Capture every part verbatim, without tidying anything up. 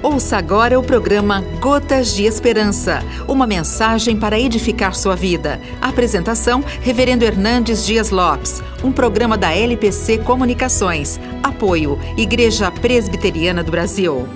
Ouça agora o programa Gotas de Esperança, uma mensagem para edificar sua vida. Apresentação, Reverendo Hernandes Dias Lopes, um programa da L P C Comunicações. Apoio, Igreja Presbiteriana do Brasil.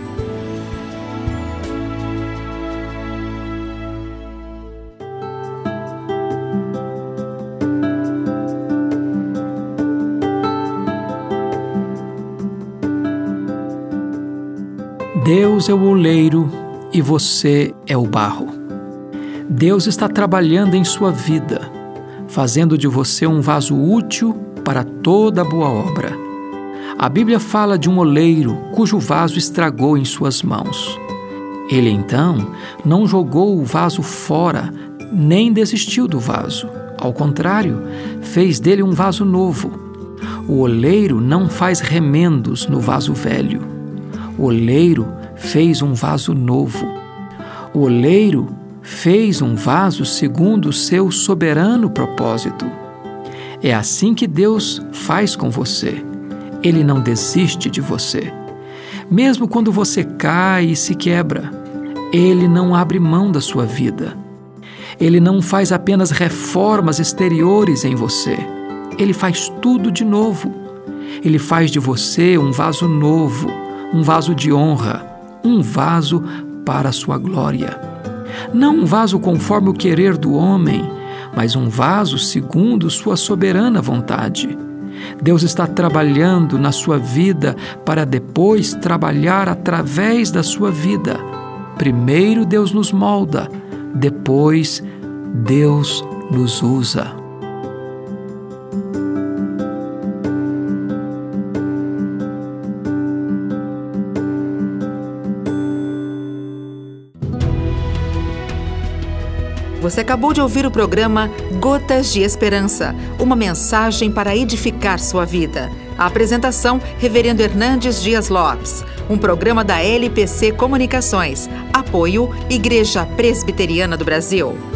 Deus é o oleiro e você é o barro. Deus está trabalhando em sua vida, fazendo de você um vaso útil para toda boa obra. A Bíblia fala de um oleiro cujo vaso estragou em suas mãos. Ele, então, não jogou o vaso fora, nem desistiu do vaso. Ao contrário, fez dele um vaso novo. O oleiro não faz remendos no vaso velho. O oleiro fez um vaso novo. O oleiro fez um vaso segundo o seu soberano propósito. É assim que Deus faz com você. Ele não desiste de você. Mesmo quando você cai e se quebra, Ele não abre mão da sua vida. Ele não faz apenas reformas exteriores em você. Ele faz tudo de novo. Ele faz de você um vaso novo, um vaso de honra, um vaso para a sua glória. Não um vaso conforme o querer do homem, mas um vaso segundo sua soberana vontade. Deus está trabalhando na sua vida para depois trabalhar através da sua vida. Primeiro Deus nos molda, depois Deus nos usa. Você acabou de ouvir o programa Gotas de Esperança, uma mensagem para edificar sua vida. A apresentação, Reverendo Hernandes Dias Lopes, um programa da L P C Comunicações. Apoio, Igreja Presbiteriana do Brasil.